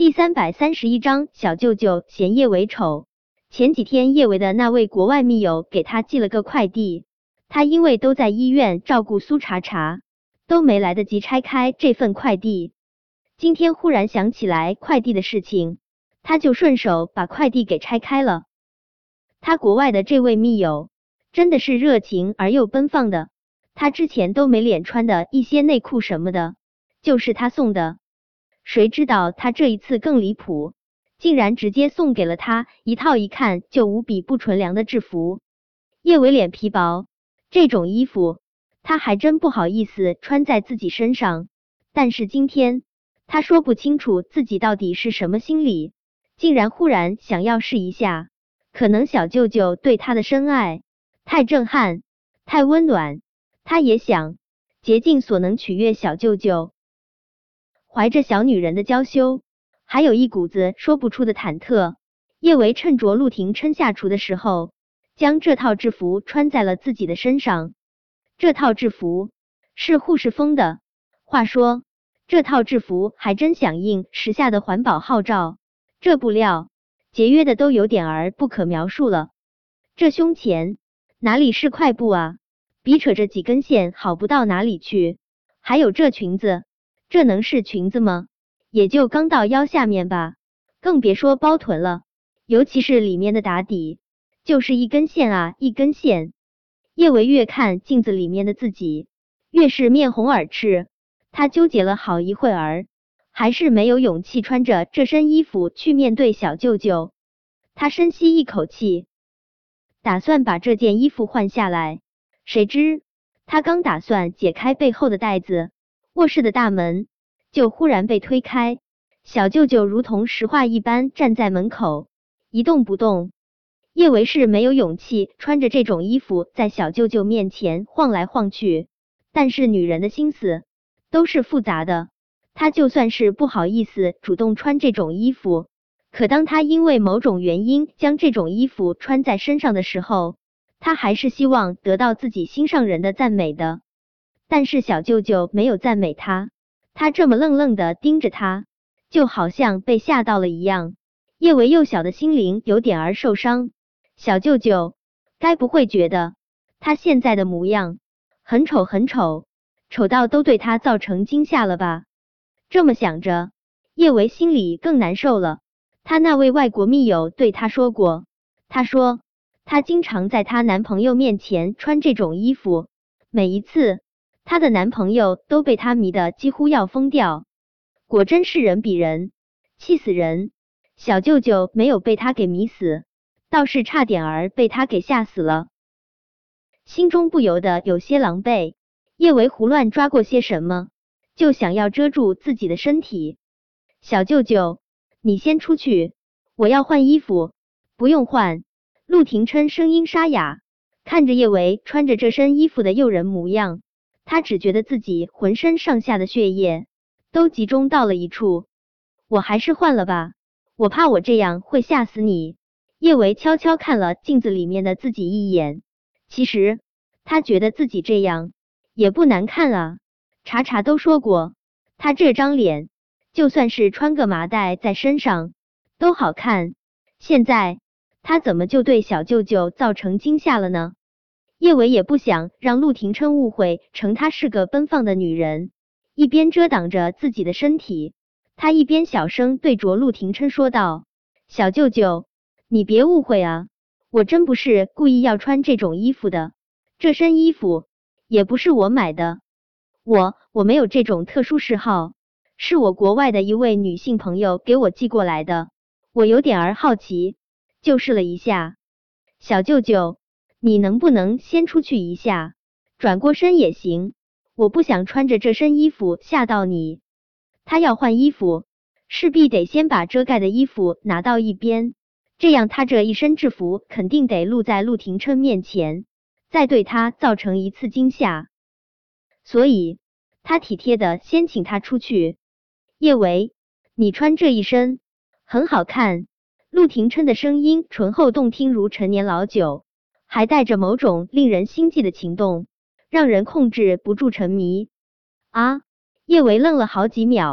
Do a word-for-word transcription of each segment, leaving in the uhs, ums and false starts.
第三百三十一章，小舅舅嫌叶维丑。前几天叶维的那位国外密友给他寄了个快递，他因为都在医院照顾苏茶茶，都没来得及拆开这份快递。今天忽然想起来快递的事情，他就顺手把快递给拆开了。他国外的这位密友真的是热情而又奔放的，他之前都没脸穿的一些内裤什么的，就是他送的。谁知道他这一次更离谱，竟然直接送给了他一套一看就无比不纯良的制服。叶维脸皮薄，这种衣服他还真不好意思穿在自己身上，但是今天他说不清楚自己到底是什么心理，竟然忽然想要试一下。可能小舅舅对他的深爱太震撼，太温暖，他也想竭尽所能取悦小舅舅。怀着小女人的娇羞，还有一股子说不出的忐忑，叶维趁着陆廷琛下厨的时候，将这套制服穿在了自己的身上。这套制服是护士风的，话说这套制服还真响应时下的环保号召，这布料节约的都有点儿不可描述了。这胸前哪里是块布啊，比扯着几根线好不到哪里去。还有这裙子，这能是裙子吗？也就刚到腰下面吧，更别说包臀了，尤其是里面的打底，就是一根线啊一根线。叶维越看镜子里面的自己，越是面红耳赤，他纠结了好一会儿，还是没有勇气穿着这身衣服去面对小舅舅。他深吸一口气，打算把这件衣服换下来，谁知他刚打算解开背后的带子，卧室的大门就忽然被推开，小舅舅如同石化一般站在门口，一动不动。叶维是没有勇气穿着这种衣服在小舅舅面前晃来晃去，但是女人的心思都是复杂的，她就算是不好意思主动穿这种衣服，可当她因为某种原因将这种衣服穿在身上的时候，她还是希望得到自己心上人的赞美的。但是小舅舅没有赞美她，他这么愣愣的盯着他，就好像被吓到了一样。叶维幼小的心灵有点儿受伤，小舅舅该不会觉得他现在的模样很丑很丑，丑到都对他造成惊吓了吧？这么想着，叶维心里更难受了。他那位外国密友对他说过，他说他经常在她男朋友面前穿这种衣服，每一次她的男朋友都被她迷得几乎要疯掉。果真是人比人，气死人。小舅舅没有被她给迷死，倒是差点儿被她给吓死了。心中不由得有些狼狈，叶维胡乱抓过些什么，就想要遮住自己的身体。小舅舅，你先出去，我要换衣服。不用换。陆廷琛声音沙哑，看着叶维穿着这身衣服的诱人模样，他只觉得自己浑身上下的血液都集中到了一处。我还是换了吧，我怕我这样会吓死你。叶维悄悄看了镜子里面的自己一眼，其实他觉得自己这样也不难看啊。茶茶都说过，他这张脸就算是穿个麻袋在身上都好看，现在他怎么就对小舅舅造成惊吓了呢？叶维也不想让陆廷琛误会成她是个奔放的女人，一边遮挡着自己的身体，他一边小声对着陆廷琛说道：小舅舅，你别误会啊，我真不是故意要穿这种衣服的，这身衣服也不是我买的，我我没有这种特殊嗜好，是我国外的一位女性朋友给我寄过来的，我有点儿好奇，就试了一下。小舅舅，你能不能先出去一下，转过身也行，我不想穿着这身衣服吓到你。他要换衣服，势必得先把遮盖的衣服拿到一边，这样他这一身制服肯定得露在陆廷琛面前，再对他造成一次惊吓。所以他体贴的先请他出去。叶维，你穿这一身很好看。陆廷琛的声音醇厚动听如陈年老酒，还带着某种令人心悸的情动，让人控制不住沉迷。啊！叶维愣了好几秒，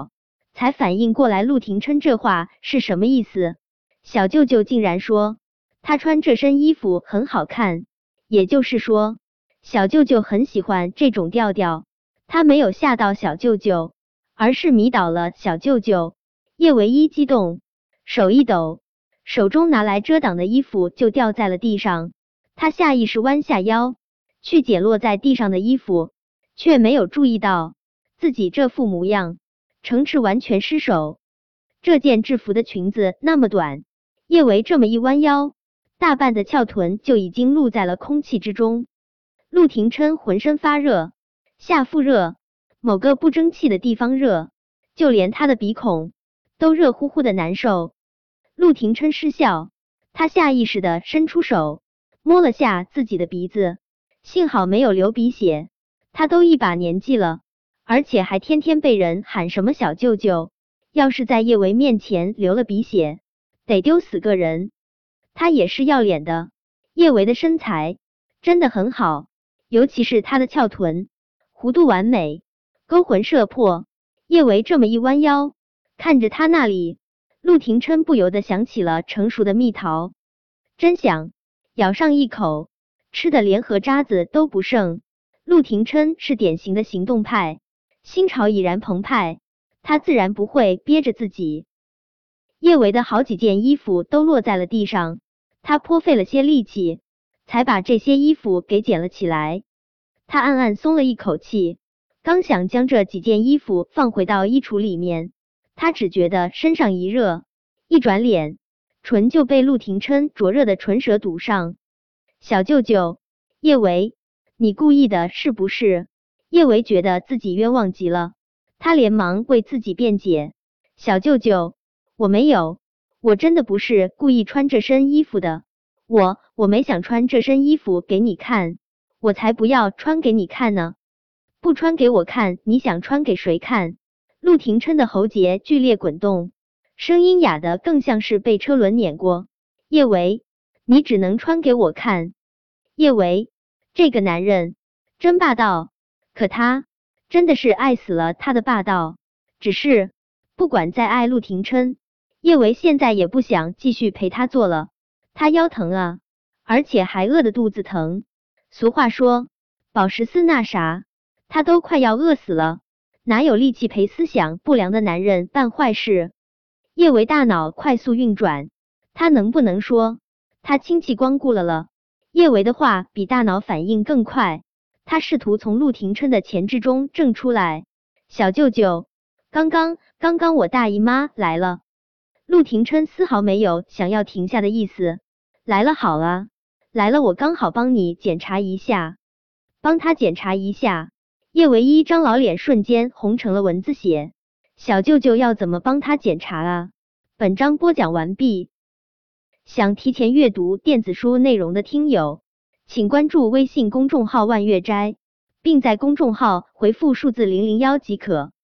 才反应过来陆廷琛这话是什么意思。小舅舅竟然说他穿这身衣服很好看，也就是说小舅舅很喜欢这种调调。他没有吓到小舅舅，而是迷倒了小舅舅。叶唯一激动，手一抖，手中拿来遮挡的衣服就掉在了地上。他下意识弯下腰去捡落在地上的衣服，却没有注意到自己这副模样，程赤完全失手。这件制服的裙子那么短，叶唯这么一弯腰，大半的翘臀就已经露在了空气之中。陆廷琛浑身发热，下腹热，某个不争气的地方热，就连他的鼻孔都热乎乎的难受。陆廷琛失笑，他下意识地伸出手摸了下自己的鼻子，幸好没有流鼻血。他都一把年纪了，而且还天天被人喊什么小舅舅，要是在叶唯面前流了鼻血，得丢死个人。他也是要脸的。叶唯的身材真的很好，尤其是她的翘臀，弧度完美，勾魂摄魄。叶唯这么一弯腰，看着她那里，陆廷琛不由得想起了成熟的蜜桃，真香，咬上一口，吃的连盒渣子都不剩。陆廷琛是典型的行动派，心潮已然澎湃，他自然不会憋着自己。叶唯的好几件衣服都落在了地上，他颇费了些力气才把这些衣服给捡了起来。他暗暗松了一口气，刚想将这几件衣服放回到衣橱里面，他只觉得身上一热，一转脸，唇就被陆廷琛灼热的唇舌堵上。小舅舅，叶唯，你故意的是不是？叶唯觉得自己冤枉极了，他连忙为自己辩解，小舅舅，我没有，我真的不是故意穿这身衣服的，我我没想穿这身衣服给你看，我才不要穿给你看呢，不穿给我看，你想穿给谁看？陆廷琛的喉结剧烈滚动，声音哑得更像是被车轮碾过。叶唯，你只能穿给我看。叶唯，这个男人真霸道，可他真的是爱死了他的霸道。只是不管再爱陆廷琛，叶唯现在也不想继续陪他做了，他腰疼啊，而且还饿得肚子疼。俗话说饱食思那啥，他都快要饿死了，哪有力气陪思想不良的男人办坏事？叶唯大脑快速运转，他能不能说他亲戚光顾了了？叶唯的话比大脑反应更快，他试图从陆廷琛的前置中挣出来。小舅舅，刚刚刚刚我大姨妈来了。陆廷琛丝毫没有想要停下的意思。来了好啊，来了我刚好帮你检查一下。帮他检查一下。叶唯一张老脸瞬间红成了蚊子血。小舅舅要怎么帮他检查啊？本章播讲完毕。想提前阅读电子书内容的听友，请关注微信公众号万月斋，并在公众号回复数字零零一即可。